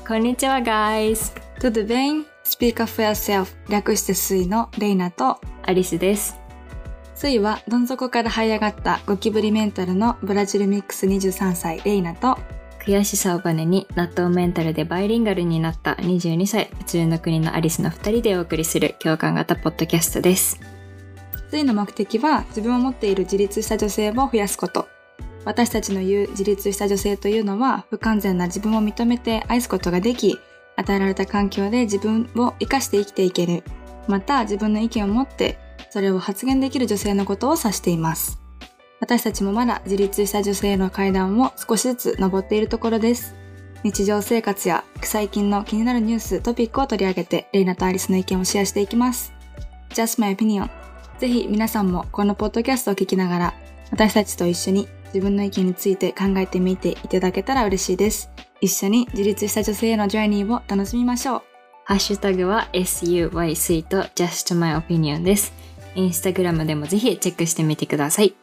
こんにちは guys。 Tudo bem? Speak up for yourself 略してスイのレイナとアリスです。 スイはどん底から這い上がったゴキブリメンタルのブラジルミックス23歳レイナと、 悔しさをバネに納豆メンタルでバイリンガルになった22歳宇宙の国のアリスの2人でお送りする共感型ポッドキャストです。 スイの目的は自分を持っている自立した女性を増やすこと。私たちの言う自立した女性というのは、不完全な自分を認めて愛すことができ、与えられた環境で自分を生かして生きていける。また自分の意見を持ってそれを発言できる女性のことを指しています。私たちもまだ自立した女性の階段を少しずつ登っているところです。日常生活や最近の気になるニュース、トピックを取り上げて、レイナとアリスの意見をシェアしていきます。Just my opinion。ぜひ皆さんもこのポッドキャストを聞きながら、私たちと一緒に自分の意見について考えてみていただけたら嬉しいです。一緒に自立した女性へのジャーニーを楽しみましょう。 ハッシュタグは SUYC と Just my opinion です。インスタグラムでもぜひチェックしてみてください。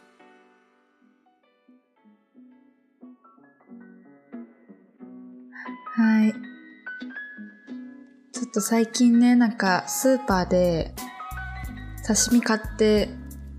はい。ちょっと最近ね、なんかスーパーで刺身買って、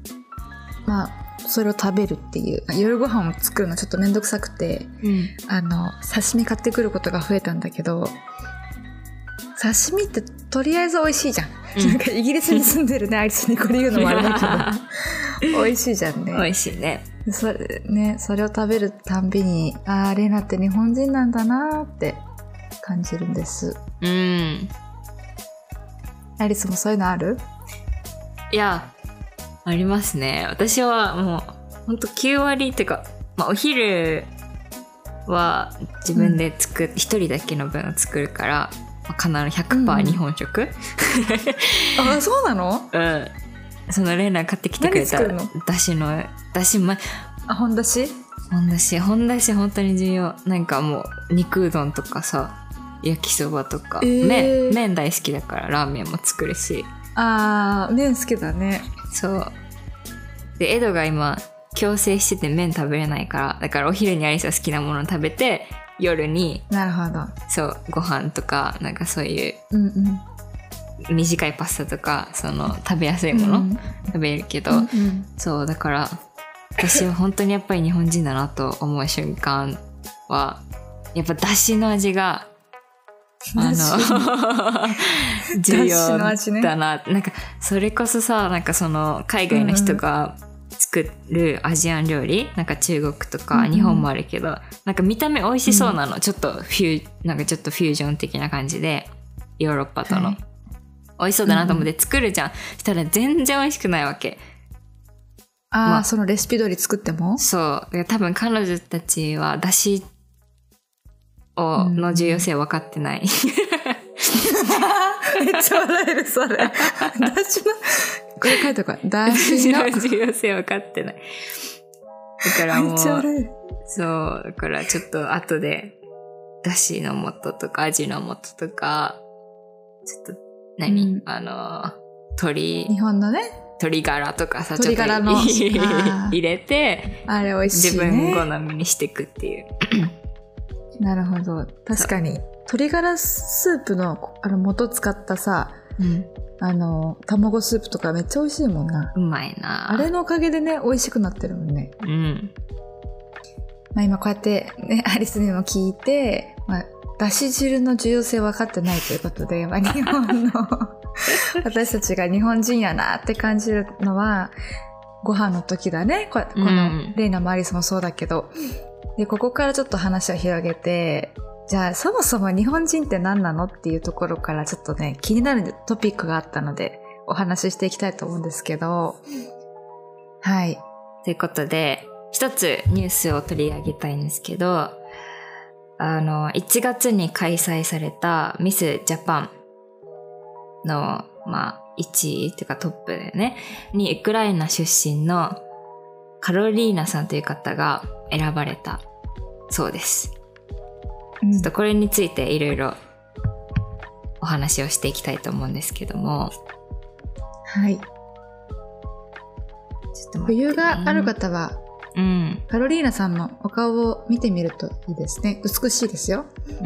それを食べるっていう、夜ご飯を作るのちょっとめんどくさくて、刺身買ってくることが増えたんだけど、刺身ってとりあえず美味しいじゃん。なんかイギリスに住んでるね、アリスにこれ言うのもあれだけど、美味しいじゃんね。 美味しいね。 それを食べるたんびに、レイナって日本人なんだなーって感じるんです。アリスもそういうのある？ いや、ありますね。私はもうほんと9割っていうか、お昼は自分で一人だけの分を作るから、必ず 100% 日本食。 あ、そうなの？ そのレイナ買ってきてくれただし本だし本当に重要。なんかもう肉うどんとかさ、焼きそばとか、麺大好きだからラーメンも作るし。 麺好きだね。 そうで、エドが今矯正してて麺食べれないから、だからお昼にアリスは好きなものを食べて、夜になるほど、 そうご飯とかなんかそういう短いパスタとか、その食べやすいもの食べるけど、そうだから私は本当にやっぱり日本人だなと思う瞬間は、やっぱだしの味が重要だな。なんかそれこそさ、なんかその海外の人が作るアジアン料理、なんか中国とか日本もあるけど、なんか見た目美味しそうなの、ちょっとなんかちょっとフュージョン的な感じで、ヨーロッパとの、美味しそうだなと思って作るじゃん。したら全然美味しくないわけ。 そのレシピ通り作っても？ そう。多分彼女たちはだしの重要性分かってない。 めっちゃ笑える、それ。だしの、これ書いとこう。だしの重要性分かってない。だからもう、 めっちゃ笑える。 そう、だからちょっと後で、だしの素とか味の素とか、ちょっと、日本のね、鶏ガラとかさ、 鶏ガラの入れて、 あれ美味しいね。 自分好みにしていくっていう。 なるほど。確かに鶏ガラスープの素使ったさ、卵スープとかめっちゃ美味しいもんな。 うまいな。 あれのおかげでね、美味しくなってるもんね。今こうやってね、アリスにも聞いて、だし汁の重要性分かってないということで、日本の私たちが日本人やなって感じるのはご飯の時だね。このレイナもアリスもそうだけど、でここからちょっと話を広げて、じゃあそもそも日本人って何なのっていうところからちょっとね、気になるトピックがあったのでお話ししていきたいと思うんですけど、はい。 ということで、一つニュースを取り上げたいんですけど、1月に開催されたミスジャパンの、1位っていうかトップでね、にウクライナ出身のカロリーナさんという方が選ばれたそうです。ちょっとこれについていろいろお話をしていきたいと思うんですけども。 はい。ちょっと余裕がある方はうん。 カロリーナさんのお顔を見てみるといいですね。美しいですよ。 うん、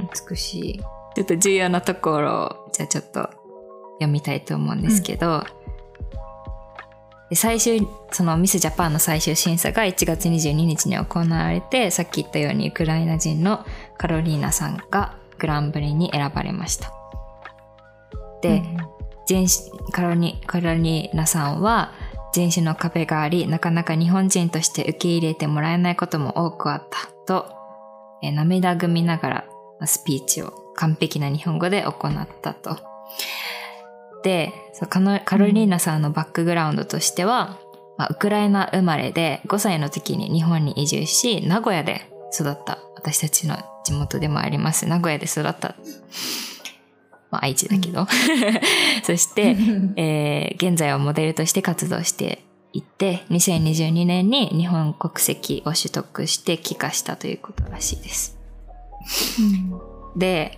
美しい。ちょっと重要なところを、じゃあちょっと読みたいと思うんですけど、でそのミスジャパンの最終審査が1月22日に行われて、さっき言ったようにウクライナ人のカロリーナさんがグランプリに選ばれました。で、カロリーナさんは人種の壁があり、なかなか日本人として受け入れてもらえないことも多くあったと、涙ぐみながらスピーチを完璧な日本語で行ったと。で、カロリーナさんのバックグラウンドとしては、ウクライナ生まれで5歳の時に日本に移住し、名古屋で育った。私たちの地元でもあります名古屋で育った。愛知だけど。そして、現在はモデルとして活動していて、2022年に日本国籍を取得して帰化したということらしいです。で、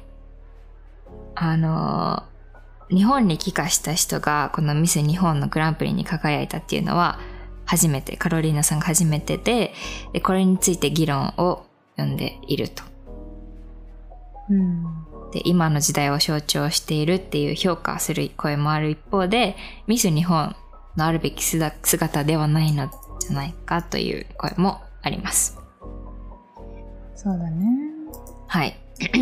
日本に帰化した人がこのミス日本のグランプリに輝いたっていうのは初めて、カロリーナさんが初めてで、これについて議論を呼んでいると。で、今の時代を象徴しているっていう評価する声もある一方で、ミス日本のあるべき姿ではないのじゃないかという声もあります。 そうだね。 はい。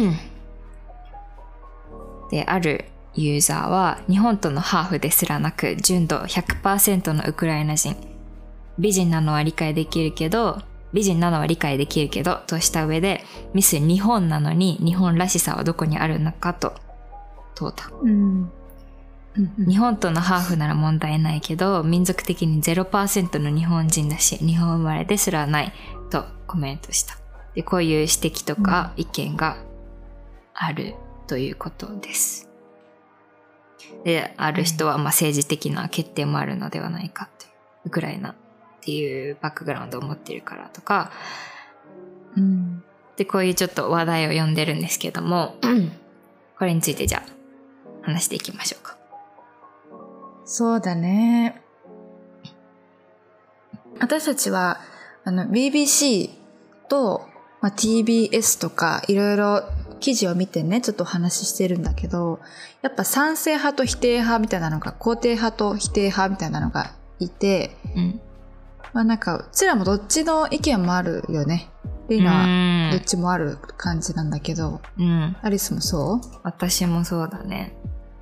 で、あるユーザーは日本とのハーフですらなく純度 100% のウクライナ人。美人なのは理解できるけどとした上で、ミス日本なのに日本らしさはどこにあるのかと問うた。日本とのハーフなら問題ないけど、民族的に 0% の日本人だし、日本生まれですらないとコメントした。で、こういう指摘とか意見があるということです。で、ある人は政治的な欠点もあるのではないかという、ウクライナっていうバックグラウンドを持っているからとか、で、こういうちょっと話題を読んでるんですけども、これについてじゃあ話していきましょうか。 そうだね。私たちはBBC と、TBS とかいろいろ記事を見てね、ちょっとお話ししてるんだけど、やっぱ賛成派と否定派みたいなのが、肯定派と否定派みたいなのがいて、なんかうちらもどっちの意見もあるよね。レイナはどっちもある感じなんだけど、アリスもそう？ 私もそうだね。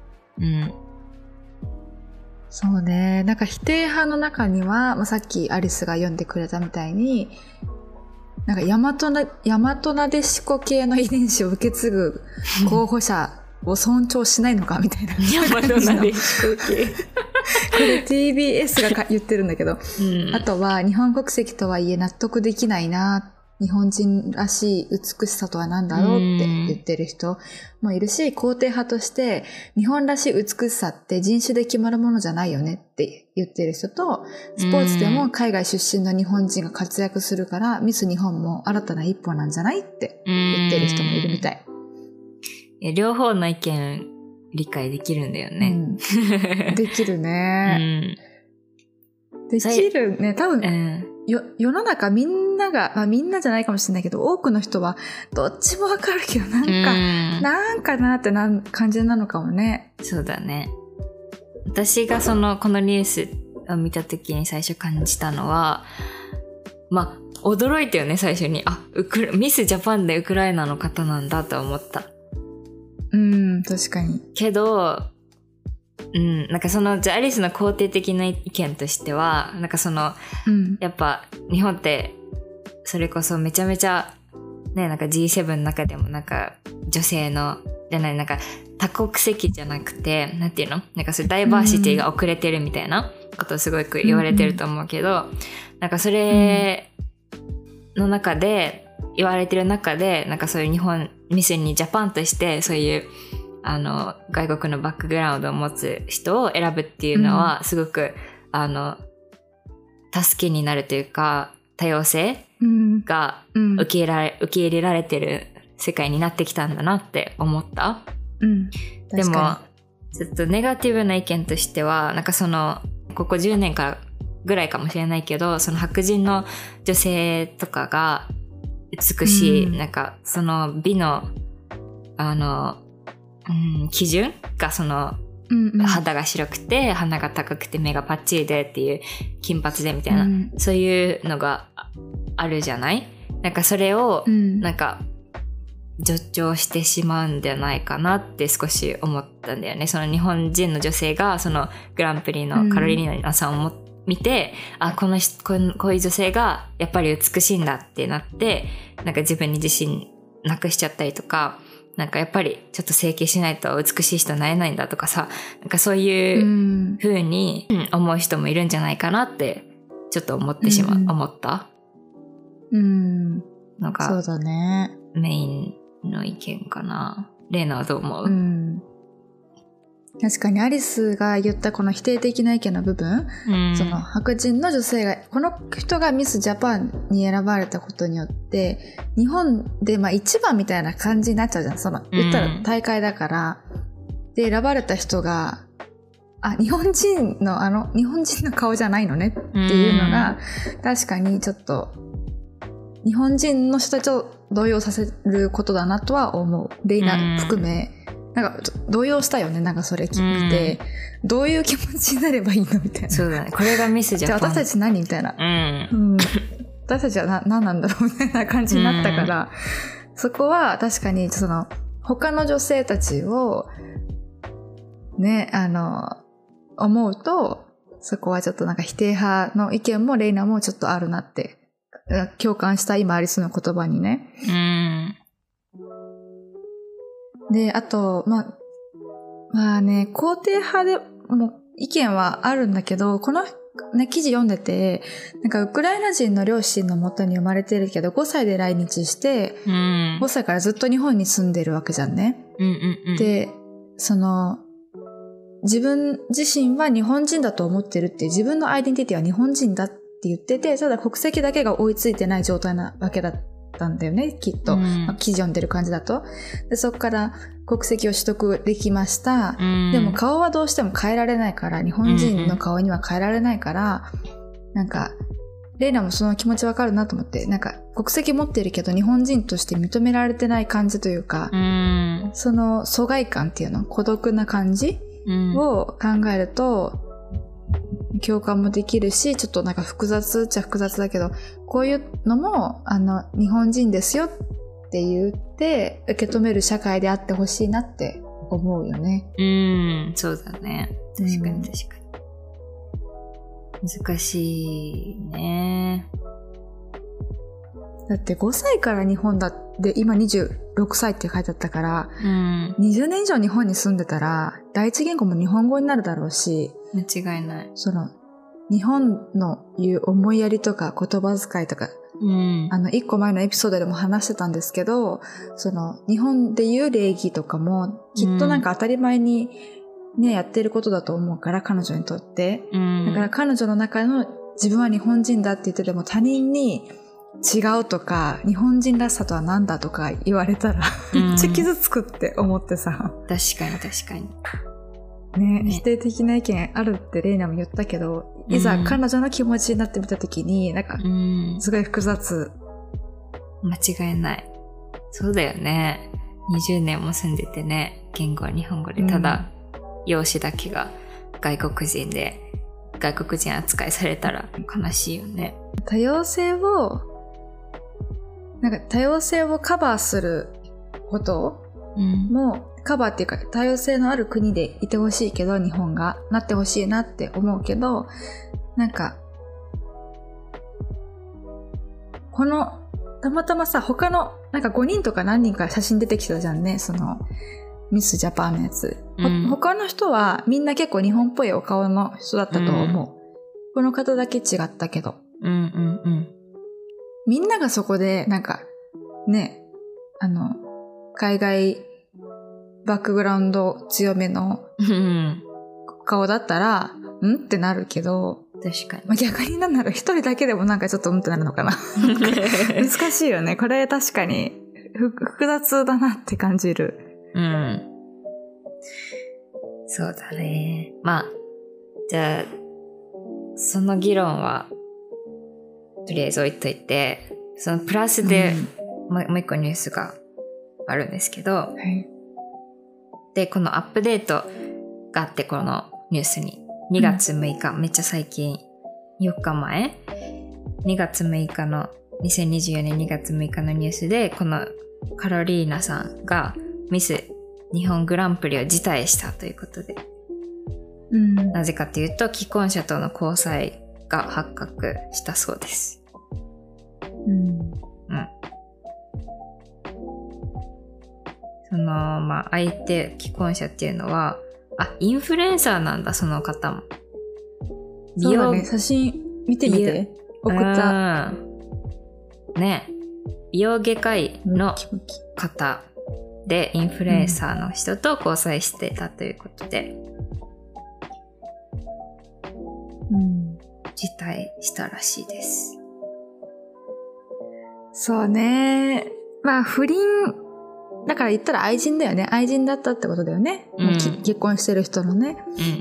そうね。なんか否定派の中には、さっきアリスが読んでくれたみたいに、なんか大和なでしこ系の遺伝子を受け継ぐ候補者を尊重しないのかみたいな。 大和なでしこ系。 これ TBS が言ってるんだけど、あとは日本国籍とはいえ納得できないな、日本人らしい美しさとは何だろうって言ってる人もいるし、肯定派として日本らしい美しさって人種で決まるものじゃないよねって言ってる人と、スポーツでも海外出身の日本人が活躍するからミス日本も新たな一歩なんじゃないって言ってる人もいるみたい。 両方の意見理解できるんだよね。 できるね。できるね。多分、世の中みんなが、みんなじゃないかもしれないけど、多くの人はどっちもわかるけど、なんかなって感じなのかもね。 そうだね。私がこのニュースを見た時に最初感じたのは、驚いたよね、最初に。ミスジャパンでウクライナの方なんだと思った。 確かに。 けど、なんかじゃあアリスの肯定的な意見としては、なんかやっぱ日本って、それこそめちゃめちゃ、ね、なんか G7 の中でもなんか女性の、なんか多国籍じゃなくて、なんていうの？なんかダイバーシティが遅れてるみたいなことをすごく言われてると思うけど、なんかそれの中で、言われてる中で、なんかそういうミスにジャパンとしてそういう外国のバックグラウンドを持つ人を選ぶっていうのはすごく助けになるというか、多様性が受け入れられてる世界になってきたんだなって思った。でもちょっとネガティブな意見としては、なんかここ10年からぐらいかもしれないけど、その白人の女性とかが美しい、なんかその美の基準がその肌が白くて鼻が高くて目がパッチリでっていう金髪でみたいな、そういうのがあるじゃない。なんかそれをなんか助長してしまうんじゃないかなって少し思ったんだよね。その日本人の女性がそのグランプリのカロリーナさんを見て、こういう女性がやっぱり美しいんだってなって、なんか自分に自信なくしちゃったりとか、なんかやっぱりちょっと整形しないと美しい人になれないんだとかさ、なんかそういう風に思う人もいるんじゃないかなってちょっと思って思ったのが、 そうだね、 メインの意見かな。レイナはどう思う？ 確かにアリスが言ったこの否定的な意見の部分、その白人の女性が、この人がミスジャパンに選ばれたことによって日本で一番みたいな感じになっちゃうじゃん。その言ったら大会だから、で選ばれた人が日本人の顔じゃないのねっていうのが、確かにちょっと日本人の人たちを動揺させることだなとは思う。レイナ含め、なんか動揺したよね。なんかそれ見て、どういう気持ちになればいいのみたいな。 そうだね。これがミスジャパン。 じゃあ私たち何みたいな。私たちは何なんだろうみたいな感じになったから、そこは確かにその他の女性たちをね、思うと、そこはちょっとなんか否定派の意見もレイナもちょっとあるなって共感した今アリスの言葉にね。で、あと、まあね、肯定派でも意見はあるんだけど、このね、記事読んでて、なんかウクライナ人の両親のもとに生まれてるけど、5歳で来日して、5歳からずっと日本に住んでるわけじゃんね。で、その、自分自身は日本人だと思ってるっていう、自分のアイデンティティは日本人だって言ってて、ただ国籍だけが追いついてない状態なわけだったんだよね、きっと。記事読んでる感じだと。で、そこから国籍を取得できました。でも顔はどうしても変えられないから、日本人の顔には変えられないから、なんか、レイナもその気持ちわかるなと思って、なんか国籍持ってるけど日本人として認められてない感じというか、その疎外感っていうの、孤独な感じを考えると共感もできるし、ちょっとなんか複雑っちゃ複雑だけど、こういうのも日本人ですよって言って受け止める社会であってほしいなって思うよね。 そうだね。確かに確かに。難しいね。 だって5歳から日本だって今26歳って書いてあったから、20年以上日本に住んでたら第一言語も日本語になるだろうし、 間違いない。 その日本の言う思いやりとか言葉遣いとか、1個前のエピソードでも話してたんですけど、その日本で言う礼儀とかもきっとなんか当たり前にね、やってることだと思うから、彼女にとって。だから彼女の中の自分は日本人だって言ってても、他人に違うとか、日本人らしさとは何だとか言われたら、めっちゃ傷つくって思ってさ。 確かに確かに。ね、否定的な意見あるってレイナも言ったけど、いざ彼女の気持ちになってみたときに、なんか、すごい複雑。 間違いない。そうだよね。20年も住んでてね、言語は日本語で、ただ、容姿だけが外国人で外国人扱いされたら悲しいよね。 多様性をカバーすることも、カバーっていうか多様性のある国でいてほしいけど、日本がなってほしいなって思うけど、なんかこのたまたまさ、他のなんか5人とか何人か写真出てきたじゃんね、そのミスジャパンのやつ、他の人はみんな結構日本っぽいお顔の人だったと思う、この方だけ違ったけど、みんながそこでなんかね、海外バックグラウンド強めの顔だったらんってなるけど、 確かに、 まあ、逆になんなら一人だけでもなんかちょっとってなるのかな難しいよねこれ。確かに複雑だなって感じる。 そうだね。まあ、じゃあ、 その議論はとりあえず置いといて、そのプラスでもう一個ニュースがあるんですけど、 はい、 でこのアップデートがあって、このニュースに2月6日、めっちゃ最近4日前2月6日の2024年2月6日のニュースで、このカロリーナさんがミス日本グランプリを辞退したということで、なぜかというと既婚者との交際が発覚したそうです。そのまあ相手既婚者っていうのはインフルエンサーなんだ、その方も。 そうだね、写真見てみて、送った。 ね、美容外科医の方でインフルエンサーの人と交際してたということで、辞退したらしいです。 そうね、まあ不倫だから言ったら愛人だよね。愛人だったってことだよね、結婚してる人のね。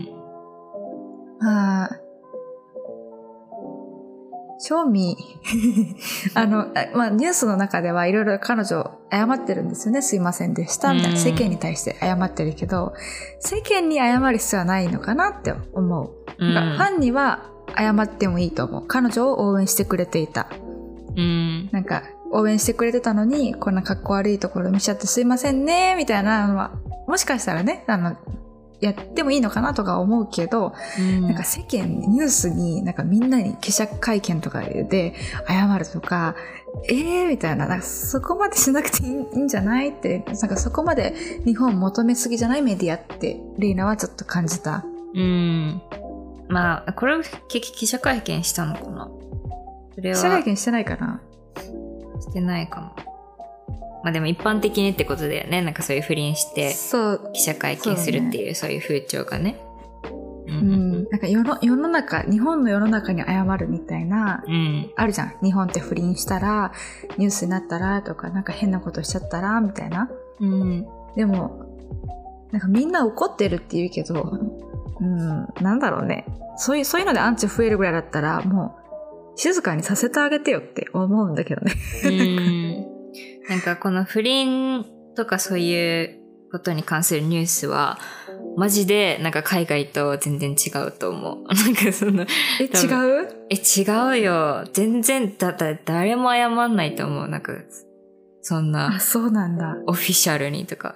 正味まあニュースの中ではいろいろ彼女謝ってるんですよね。すいませんでしたみたいな、世間に対して謝ってるけど、世間に謝る必要はないのかなって思う。なんかファンには謝ってもいいと思う。彼女を応援してくれていた、なんか応援してくれてたのにこんな格好悪いところ見ちゃってすいませんねみたいなのはもしかしたらね、やってもいいのかなとか思うけど、なんか世間ニュースになんかみんなに記者会見とかで謝るとか、みたいな、なんかそこまでしなくていいんじゃないって、なんかそこまで日本求めすぎじゃないメディアってレイナはちょっと感じた。 まあこれ記者会見したのかな。それは記者会見してないかな。 してないかも。まあでも一般的にってことだよね。なんかそういう不倫して記者会見するっていう、そういう風潮がね。なんか世の中、日本の世の中に謝るみたいな、あるじゃん。日本って不倫したらニュースになったらとか、なんか変なことしちゃったらみたいな。でもなんかみんな怒ってるって言うけど、なんだろうね。そういうのでアンチ増えるぐらいだったらもう静かにさせてあげてよって思うんだけどね。 なんかこの不倫とかそういうことに関するニュースはマジでなんか海外と全然違うと思う。なんかその違う？ 違うよ。全然誰も謝んないと思う。なんかそんなそうなんだ。 オフィシャルにとか。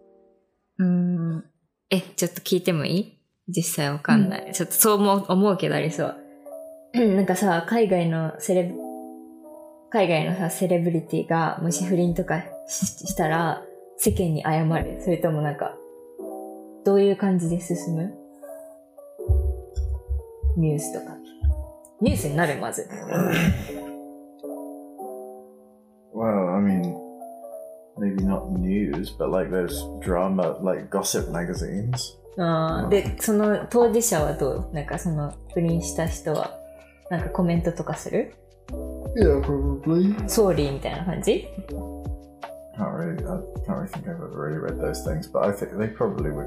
ちょっと聞いてもいい？実際わかんない。ちょっとそう思うけどありそう。なんかさ、海外のさセレブリティがもし不倫とかしたら世間に謝る？それともなんかどういう感じで進む？ニュースとか。ニュースになる？まず。 Well, I mean, maybe not news, but like those drama, like gossip magazines. で、その当事者はどう？なんかその不倫した人はなんかコメントとかする？ Yeah, probably. Sorry みたいな感じ？ I can't really think I've ever really read those things, but I think they probably would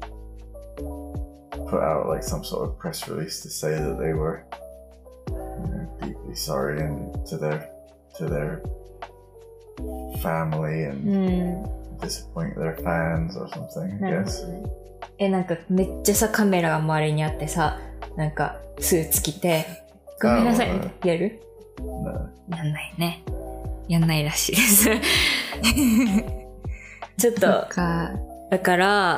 put out like some sort of press release to say that they were, deeply sorry and to their family and disappoint their fans or something, I guess. なんかめっちゃさカメラが周りにあってさ、なんかスーツ着てごめんなさいやる？やんないね。やんないらしいですちょっとだから、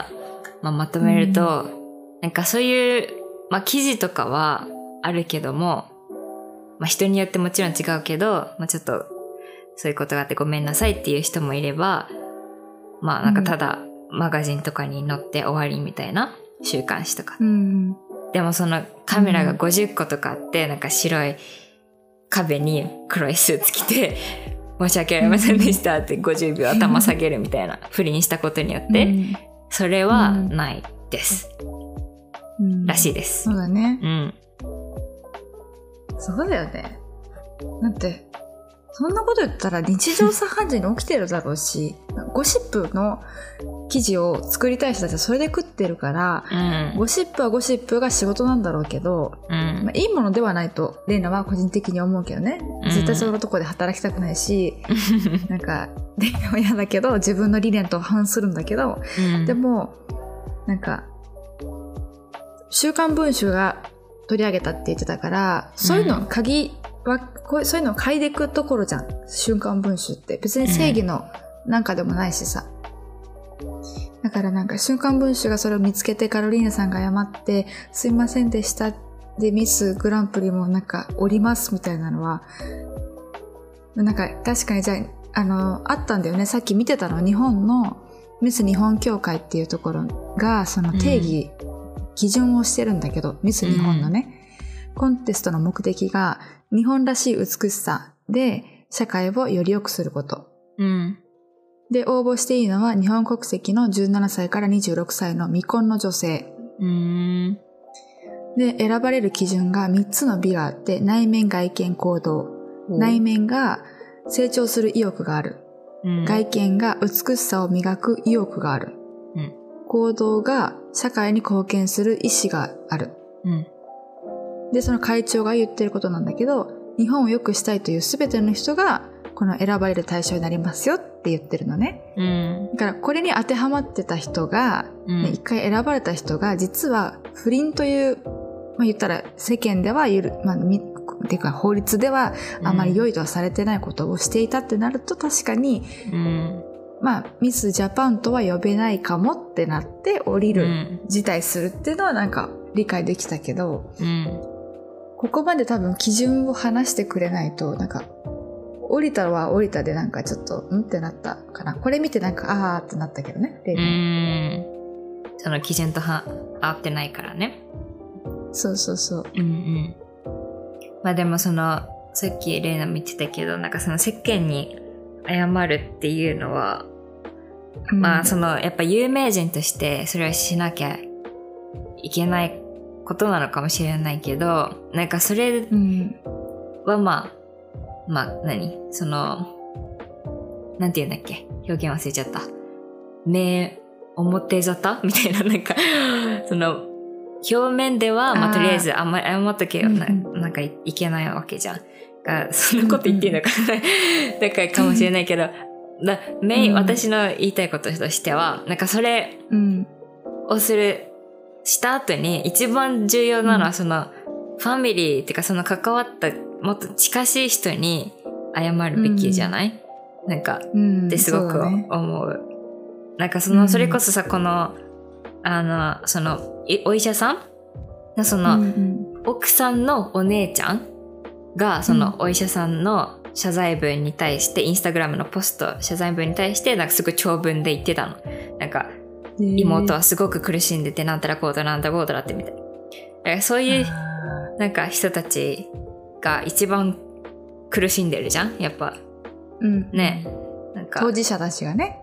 まとめると、なんかそういう、記事とかはあるけども、人によってもちろん違うけど、ちょっとそういうことがあってごめんなさいっていう人もいれば、なんかただマガジンとかに載って終わりみたいな、週刊誌とか。でもそのカメラが50個とかあって、なんか白い壁に黒いスーツ着て、申し訳ありませんでしたって50秒頭下げるみたいな、不倫したことによって、それはないです。らしいです。 そうだね。そうだよね。だってそんなこと言ったら日常茶飯事に起きてるだろうし、ゴシップの記事を作りたい人たちはそれで食ってるから、ゴシップはゴシップが仕事なんだろうけど、いいものではないとレイナは個人的に思うけどね。絶対そのとこで働きたくないし、なんかレイナは嫌だけど自分の理念と反するんだけど、でもなんか週刊文春が取り上げたって言ってたから、そういうの鍵はそういうのを嗅いでいくところじゃん。週刊文春って別に正義のなんかでもないしさ、だからなんか週刊文春がそれを見つけてカロリーナさんが謝ってすいませんでしたでミスグランプリもなんかおりますみたいなのはなんか確かにじゃああったんだよね。さっき見てたの日本のミス日本協会っていうところがその定義、基準をしてるんだけど、ミス日本のね、コンテストの目的が日本らしい美しさで社会をより良くすること、で応募していいのは日本国籍の17歳から26歳の未婚の女性、で選ばれる基準が3つの美があって、内面外見行動、内面が成長する意欲がある、外見が美しさを磨く意欲がある、行動が社会に貢献する意思がある、でその会長が言ってることなんだけど、日本を良くしたいという全ての人がこの選ばれる対象になりますよって言ってるのね、だからこれに当てはまってた人が、一回選ばれた人が実は不倫という、言ったら世間ではてか法律ではあまり良いとはされてないことをしていたってなると、確かに、ミスジャパンとは呼べないかもってなって降りる、辞退するっていうのはなんか理解できたけど、ここまで多分基準を話してくれないと、なんか降りたは降りたでなんかちょっとってなったかな。これ見てなんかってなったけどね。 その基準と合ってないからね。 そうそうそう。 でもそのさっきレイナも言ってたけど、なんかその世間に謝るっていうのは、そのやっぱ有名人としてそれをしなきゃいけないことなのかもしれないけど、なんかそれはそのなんて言うんだっけ、表現忘れちゃった。表沙汰みたいな、なんかその表面ではとりあえずあんまり謝っとけよ、なんかいけないわけじゃん。そんなこと言っていいのかなだからかもしれないけど、私の言いたいこととしては、なんかそれをした後に一番重要なのはそのファミリーっていうか、その関わったもっと近しい人に謝るべきじゃない、なんかってすごく思う。なんかそれこそさ、このそのお医者さんのその奥さんのお姉ちゃんがそのお医者さんの謝罪文に対して、インスタグラムのポスト謝罪文に対してなんかすごい長文で言ってたの。なんか妹はすごく苦しんでて、なんたらこうだなんだこうだってみたいな。だからそういうなんか人たちが一番苦しんでるじゃん、やっぱ。ね、なんか当事者たちがね。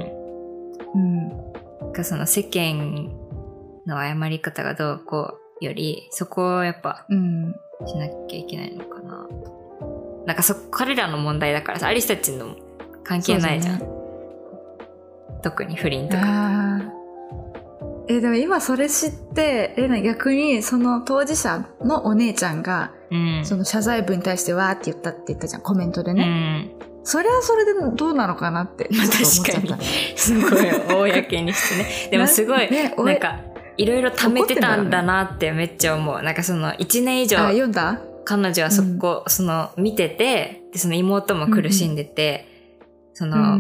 なんかその世間の謝り方がどうこうより、そこをやっぱしなきゃいけないのかな。なんか彼らの問題だからさ、アリスたちの関係ないじゃん。特に不倫とか。 でも今それ知って逆にその当事者のお姉ちゃんが、その謝罪文に対してわーって言ったじゃん、コメントでね。それはそれでどうなのかなってちょっと思っちゃった。 確かにすごい公にしてね。でもすごいなんかいろいろ貯めてたんだなってめっちゃ思う。なんかその1年以上読んだ？ 彼女はその見てて、でその妹も苦しんでて、その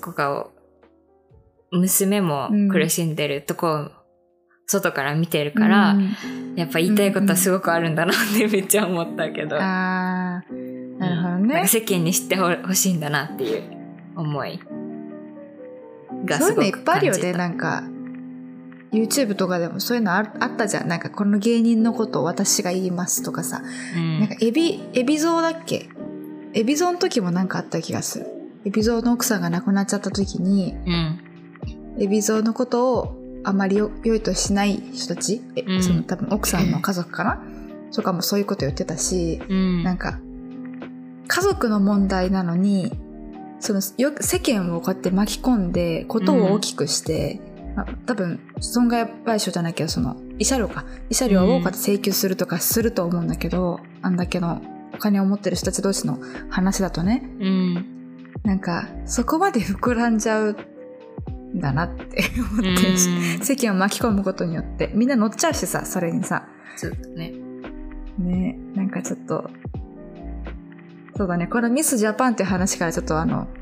娘も苦しんでるとこを外から見てるから、やっぱ言いたいことはすごくあるんだなってめっちゃ思ったけど。 なるほどね。 なんか世間に知ってほしいんだなっていう思いがすごく感じた。 そういうのいっぱいあるよね。なんか YouTube とかでもそういうのあったじゃん。なんかこの芸人のことを私が言いますとかさ、なんかエビゾウだっけ、エビゾウの時もなんかあった気がする。エビゾウの奥さんが亡くなっちゃった時に、エビゾウのことをあまり良いとしない人たち、その多分奥さんの家族かな、とかもそういうこと言ってたし、なんか家族の問題なのにその世間をこうやって巻き込んでことを大きくして、多分損害賠償じゃないけどその慰謝料をこうやって請求するとかすると思うんだけど、あんだけのお金を持ってる人たち同士の話だとね、なんかそこまで膨らんじゃうんだなって思ってるし、世間を巻き込むことによってみんな乗っちゃうしさ、それにさ、 そうだね。 ね、なんかちょっとそうだね、このミスジャパンっていう話からちょっと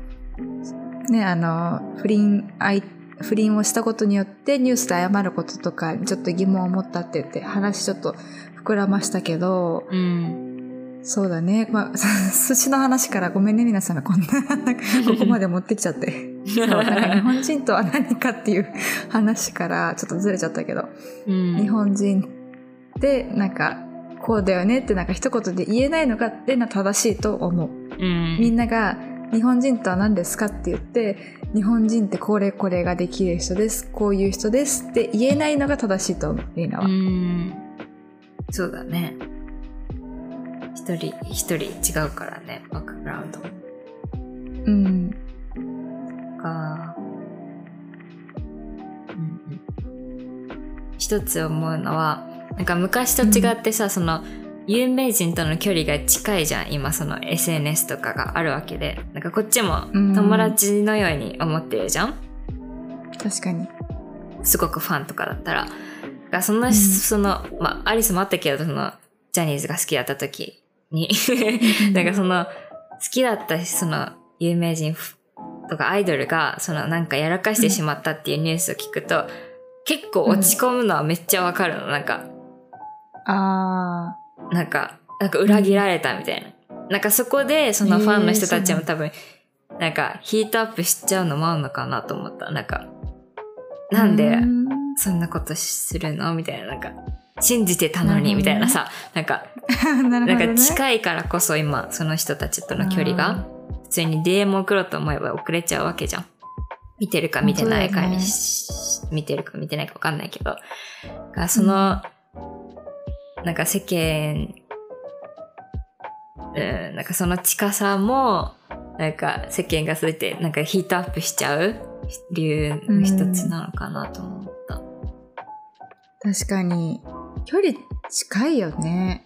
不倫をしたことによってニュースで謝ることとかちょっと疑問を持ったって言って話ちょっと膨らましたけど、そうだね、寿司の話からごめんね皆さんがこんなここまで持ってきちゃってなんか日本人とは何かっていう話からちょっとずれちゃったけど、日本人ってなんかこうだよねってなんか一言で言えないのがってのは正しいと思う、みんなが日本人とは何ですかって言って日本人ってこれができる人です、こういう人ですって言えないのが正しいと思う、リーナは。 そうだね。一人違うからね、バックグラウンド。一つ思うのは、なんか昔と違ってさ、その有名人との距離が近いじゃん、今その SNS とかがあるわけで、なんかこっちも友達のように思ってるじゃん。 確かに。 すごくファンとかだったら、そのアリスもあったけど、そのジャニーズが好きだった時になんかその好きだったその有名人とかアイドルがそのなんかやらかしてしまったっていうニュースを聞くと、結構落ち込むのはめっちゃわかるの。なんかなんか裏切られたみたいな、なんかそこでそのファンの人たちも多分なんかヒートアップしちゃうのもあるのかなと思った。なんかなんでそんなことするのみたいな、なんか信じてたのにみたいなさ、なんかなんか近いからこそ今その人たちとの距離が普通に DM 送ろうと思えば送れちゃうわけじゃん。見てるか見てないかに、見てるか見てないか分かんないけど、そのなんか世間なんかその近さもなんか世間がそうやってなんかヒートアップしちゃう理由の一つなのかなと思った。 確かに距離近いよね。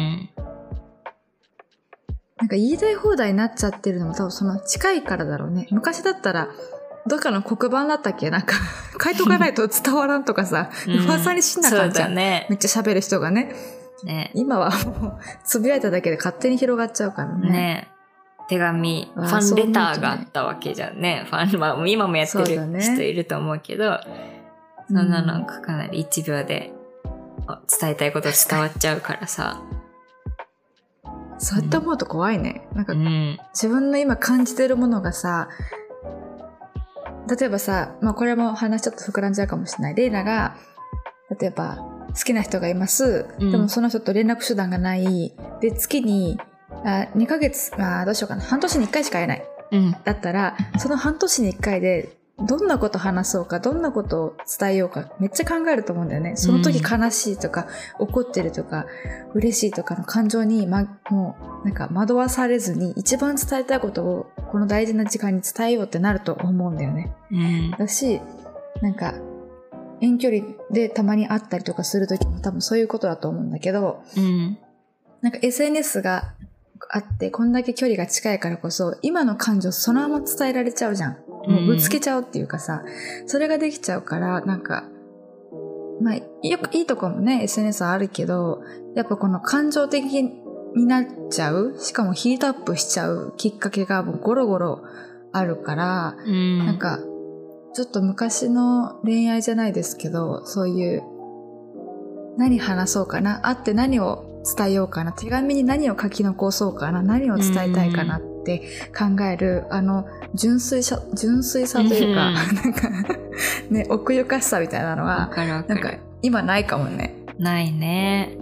なんか言いたい放題になっちゃってるのも多分その近いからだろうね。昔だったらどっかの黒板だったっけ、なんか書いとかないと伝わらんとかさ、噂にしなかったじゃん、めっちゃ喋る人がね。今はもうつぶやいただけで勝手に広がっちゃうからね。 手紙、ファンレターがあったわけじゃんね。ファンは今もやってる人いると思うけど、そんなのかなり1秒で伝えたいこと伝わっちゃうからさ。 そうやって思うと怖いね。なんか、自分の今感じてるものがさ、例えばさ、これも話ちょっと膨らんじゃうかもしれない。レイナが例えば好きな人がいます、でもその人と連絡手段がない、で月に2ヶ月、どうしようかな、半年に1回しか会えない、だったらその半年に1回でどんなこと話そうか、どんなことを伝えようかめっちゃ考えると思うんだよね。その時悲しいとか、怒ってるとか嬉しいとかの感情に、もうなんか惑わされずに一番伝えたいことをこの大事な時間に伝えようってなると思うんだよね。だし、なんか遠距離でたまに会ったりとかする時も多分そういうことだと思うんだけど、なんか SNS があってこんだけ距離が近いからこそ今の感情そのまま伝えられちゃうじゃん。もうぶつけちゃうっていうかさ、それができちゃうから、なんかよくいいとこもね SNS はあるけど、やっぱこの感情的になっちゃう、しかもヒートアップしちゃうきっかけがもうゴロゴロあるから、なんかちょっと昔の恋愛じゃないですけど、そういう何話そうかな、会って何を伝えようかな、手紙に何を書き残そうかな、何を伝えたいかなって考える純粋さというか、なんかね、奥ゆかしさみたいなのはなんか今ないかもね。 ないね。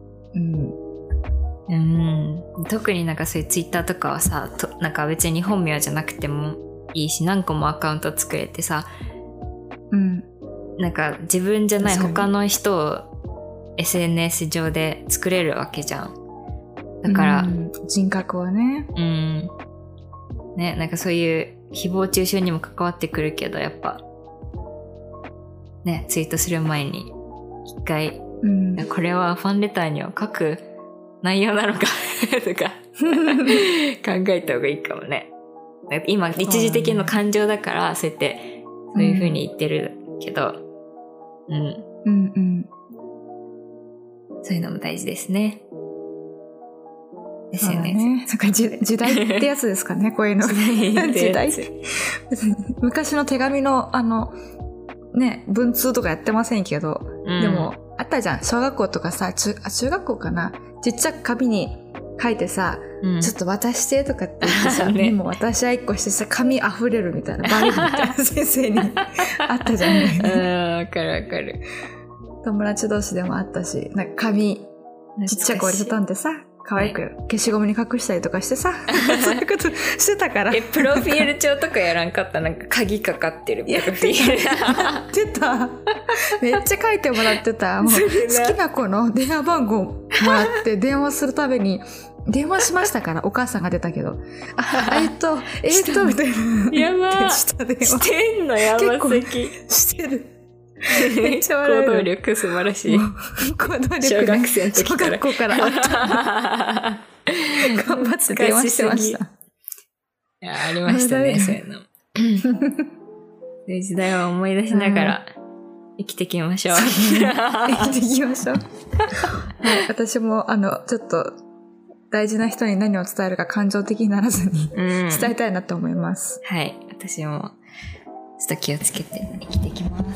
特になんかそういうツイッターとかはさ、なんか別に本名じゃなくてもいいし、何個もアカウント作れてさ、なんか自分じゃない他の人を SNS 上で作れるわけじゃん。 だから、 人格はね。 ね、なんかそういう誹謗中傷にも関わってくるけど、やっぱ、ね、ツイートする前に、一回、これはファンレターには書く内容なのかとか考えた方がいいかもね。今、一時的な感情だから、そうやって、そういう風に言ってるけど、そういうのも大事ですね。ですよね。 そっか、時代ってやつですかね、こういうの。時代昔の手紙の、ね、文通とかやってませんけど、でも、あったじゃん。小学校とかさ、中学校かな。ちっちゃく紙に書いてさ、ちょっと渡してとかって言ってさ、メモ私は1個してさ、紙溢れるみたいな、バリみたいな先生にあったじゃんね。 わかるわかる。 友達同士でもあったし、なんか紙、ちっちゃく折りたたんでさ、可愛く消しゴムに隠したりとかしてさ、そういうことしてたから。 プロフィール帳とかやらんかった？なんか鍵かかってるプロフィール。 やってた。めっちゃ書いてもらってた。もう好きな子の電話番号もらって電話するたびに、電話しましたから、お母さんが出たけど。みたいな。 やばしてんのやばすぎ。 してる。 めっちゃ笑う。行動力素晴らしい。 行動力、ね、 小学生の時から。 小学校からあった。頑張って電話してました。 いや、ありましたね、そういうの。そういう時代を思い出しながら生きていきましょう。 生きていきましょう。私も、ちょっと、大事な人に何を伝えるか感情的にならずに伝えたいなと思います。 はい。私も、ちょっと気をつけて生きていきます。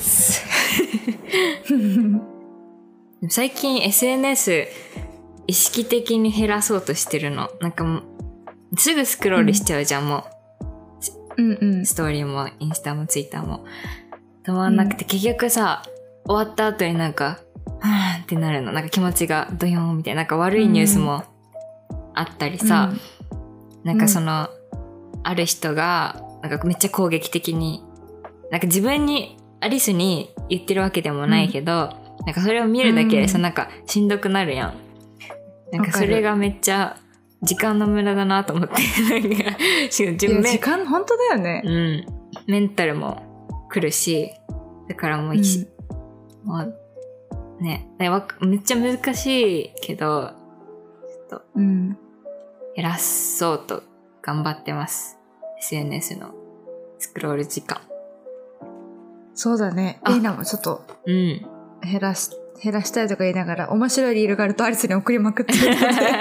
最近 SNS 意識的に減らそうとしてるの。なんかもう、すぐスクロールしちゃうじゃん、もう。ストーリーもインスタもツイッターも。止まんなくて、結局さ、終わった後になんか、はぁーってなるの。なんか気持ちがドヨーンみたいな。なんか悪いニュースもあったりさ、なんかその、ある人が、なんかめっちゃ攻撃的に、なんか自分に、アリスに言ってるわけでもないけど、なんかそれを見るだけでさ、なんかしんどくなるやん。なんかそれがめっちゃ時間の無駄だなと思って。なんか時間本当だよね。 メンタルも来るし、だからもうもうね、めっちゃ難しいけど、ちょっと減らそうと頑張ってます。SNS のスクロール時間。 そうだね。リーナもちょっと、減らしたいとか言いながら、面白いリールがあるとアリスに送りまくってるので。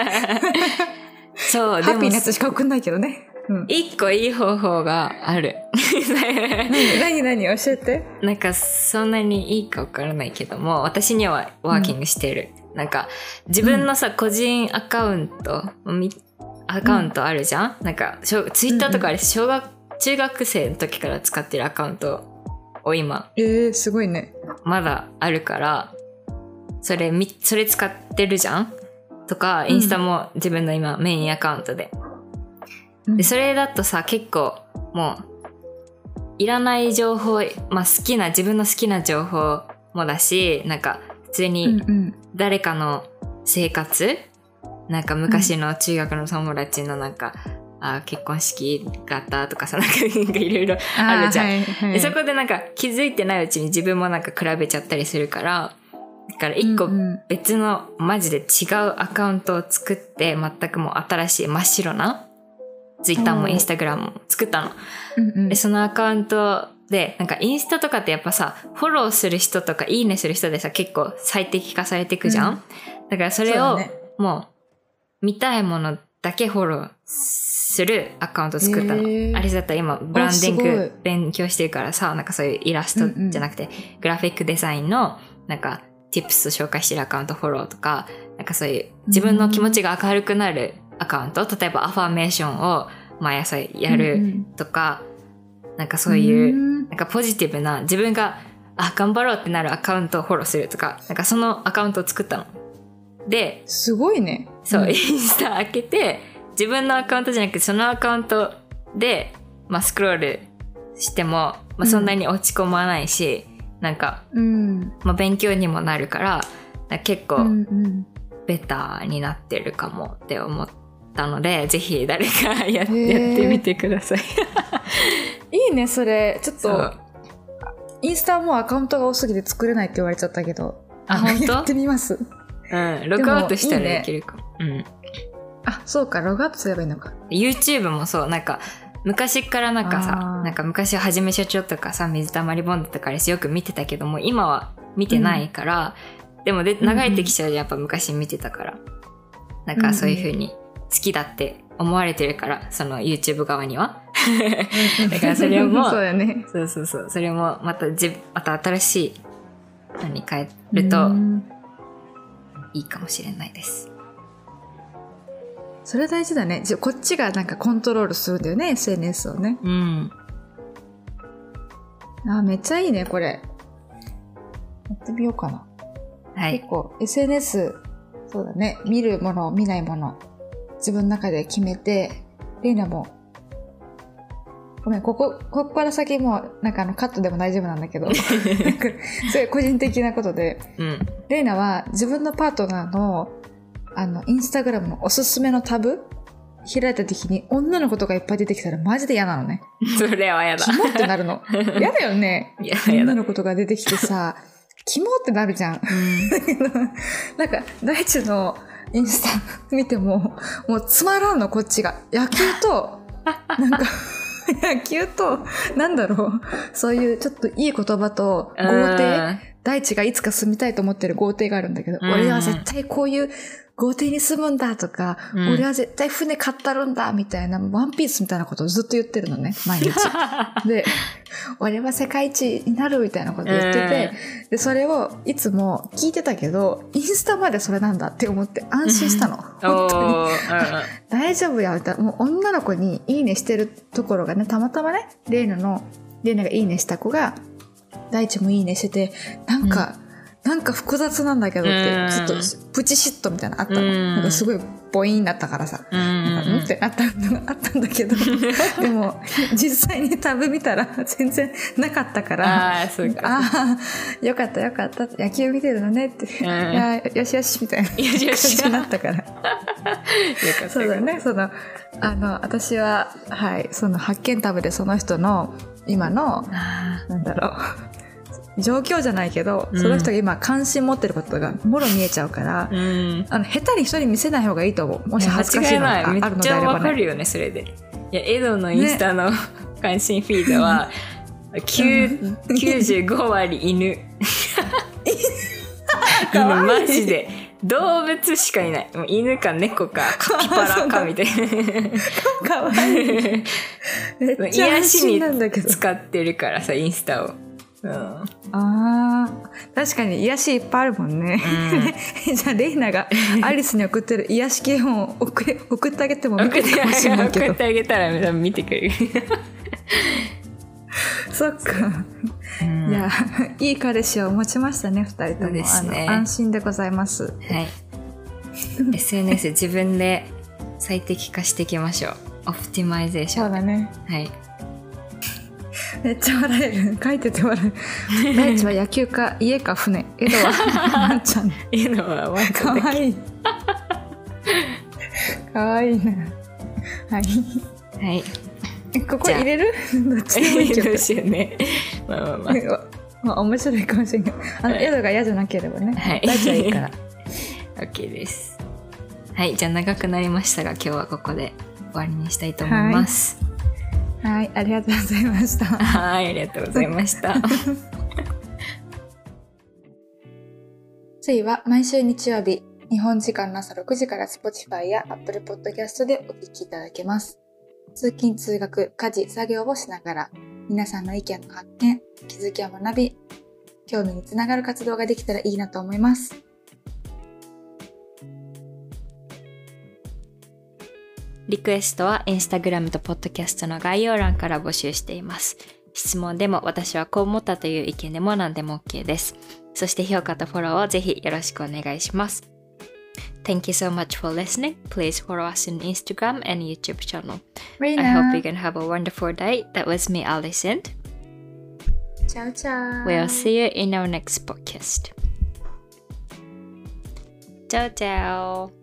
そう、 ハッピーなやつしか送んないけどね。 一個いい方法がある。 何教えて。 なんか、そんなにいいかわからないけども、私にはワーキングしてる。なんか、自分のさ、個人アカウントあるじゃん？なんか、ツイッターとかあれ、中学生の時から使ってるアカウントを今。 すごいね。 まだあるから、それ使ってるじゃん？とか、インスタも自分の今メインアカウントで。で、それだとさ、結構もう、いらない情報、まあ自分の好きな情報もだし、なんか普通に誰かの生活、なんか昔の中学の友達のなんか、結婚式があったとかさ、なんかいろいろあるじゃん。でそこでなんか気づいてないうちに自分もなんか比べちゃったりするから、だから一個別のマジで違うアカウントを作って、全くもう新しい真っ白なツイッターもインスタグラムも作ったの。で、そのアカウントで、なんかインスタとかってやっぱさ、フォローする人とかいいねする人でさ、結構最適化されていくじゃん？だからそれをもう見たいものだけフォローするアカウントを作ったの。あれだったら今ブランディング勉強してるからさ、なんかそういうイラストじゃなくて、グラフィックデザインのなんか tips 紹介してるアカウントフォローとか、なんかそういう自分の気持ちが明るくなるアカウント、例えばアファーメーションを毎朝やるとか、なんかそういうなんかポジティブな自分が頑張ろうってなるアカウントをフォローするとか、なんかそのアカウントを作ったの。で、 すごいね。 そう、インスタ開けて自分のアカウントじゃなくてそのアカウントで、まあ、スクロールしても、まあ、そんなに落ち込まないし、なんか、まあ、勉強にもなるから、結構、 ベターになってるかもって思ったので、ぜひ誰かやってみてください。 いいね、それ。ちょっとそうインスタはもうアカウントが多すぎて作れないって言われちゃったけど、 本当？ やってみます。 ログアウトしたらできるかも。 あ、そうか、ログアウトすればいいのか。 YouTube もそう、なんか昔からなんかさ、なんか昔はじめ社長とかさ、水溜りボンドとかですよく見てたけども、今は見てないから、でも流れてきちゃうやっぱ昔見てたから、なんかそういう風に好きだって思われてるから、その YouTube 側には。だからそれも、 そうだね。 そう、それもまた新しいのに変えるといいかもしれないです。 それ大事だね。こっちがなんかコントロールするんだよね、SNS をね。めっちゃいいね、これ。やってみようかな。 はい。 結構 SNS、そうだね、見るもの、見ないもの、自分の中で決めて、レイナも、ごめん、ここから先もなんかカットでも大丈夫なんだけど、すごい個人的なことで、レイナは自分のパートナーのインスタグラムのおすすめのタブ開いた時に女の子とかいっぱい出てきたらマジで嫌なのね。 それは嫌だ。 キモってなるの。嫌だよね。女の子とか出てきてさ、キモってなるじゃん。だけど、なんか大地のインスタ見てもうつまらんの、こっちが。野球となんだろう、そういうちょっといい言葉と豪邸、大地がいつか住みたいと思ってる豪邸があるんだけど、俺は絶対こういう豪邸に住むんだとか、俺は絶対船買ったるんだみたいな、ワンピースみたいなことをずっと言ってるのね、毎日。で、俺は世界一になるみたいなこと言ってて、で、それをいつも聞いてたけど、インスタまでそれなんだって思って安心したの。本当に。大丈夫や、みたいな。もう女の子にいいねしてるところがね、たまたまね、レイナがいいねした子が、大地もいいねしてて、なんか複雑なんだけどって、ちょっとプチ嫉妬みたいなのあったの。なんかすごいボイーンだったからさ、ってなったのがあったんだけど、でも実際にタブ見たら全然なかったから、よかった、野球見てるのねって、いや、よしよしみたいな感じになったから。そうだね、私は、はい、その発見タブでその人の今の、なんだろう、状況じゃないけど、その人が今関心持ってることがもろ見えちゃうから、下手に人に見せない方がいいと思う。もし恥ずかしいのがあるのであればね。めっちゃわかるよね、それで。いや、エドのインスタの、関心フィードは、95割犬。犬マジで。動物しかいない。もう犬か猫かカピバラかみたいな。かわいい。癒しに使ってるからさ、インスタを。確かに癒しいっぱいあるもんね。じゃあレイナがアリスに送ってる癒し系本を送ってあげても見てるかもしれないけど。送ってあげたら見てくれる。そっか。いや、いい彼氏を持ちましたね、二人とも。ですね、安心でございます。はい。SNS 自分で最適化していきましょう。オプティマイゼーション。そうだね。はい。めっちゃ笑える。書いてて笑える。大地は野球か家か船。エドはワンちゃん。エドはワンちゃん。かわいい。かわいいな。はい。はい。ここ入れる？どっちでもいいけど。どうしようね。まあ面白いかもしれない。エドが嫌じゃなければね。はい。大地はいいから。OK です。はい。じゃあ長くなりましたが、今日はここで終わりにしたいと思います。はい、ありがとうございました。はい、ありがとうございました。次は毎週日曜日、日本時間の朝6時から Spotify や Apple Podcast でお聞きいただけます。通勤・通学、家事・作業をしながら、皆さんの意見の発見、気づきや学び、興味につながる活動ができたらいいなと思います。リクエストはインスタグラムとポッドキャストの概要欄から募集しています。質問でも私はこう思ったという意見でも何でも OK です。そして評価とフォローをぜひよろしくお願いします。Thank you so much for listening. Please follow us on Instagram and YouTube channel. I hope you can have a wonderful day. That was me, Alison. Ciao, ciao. We'll see you in our next podcast. チャオチャオ。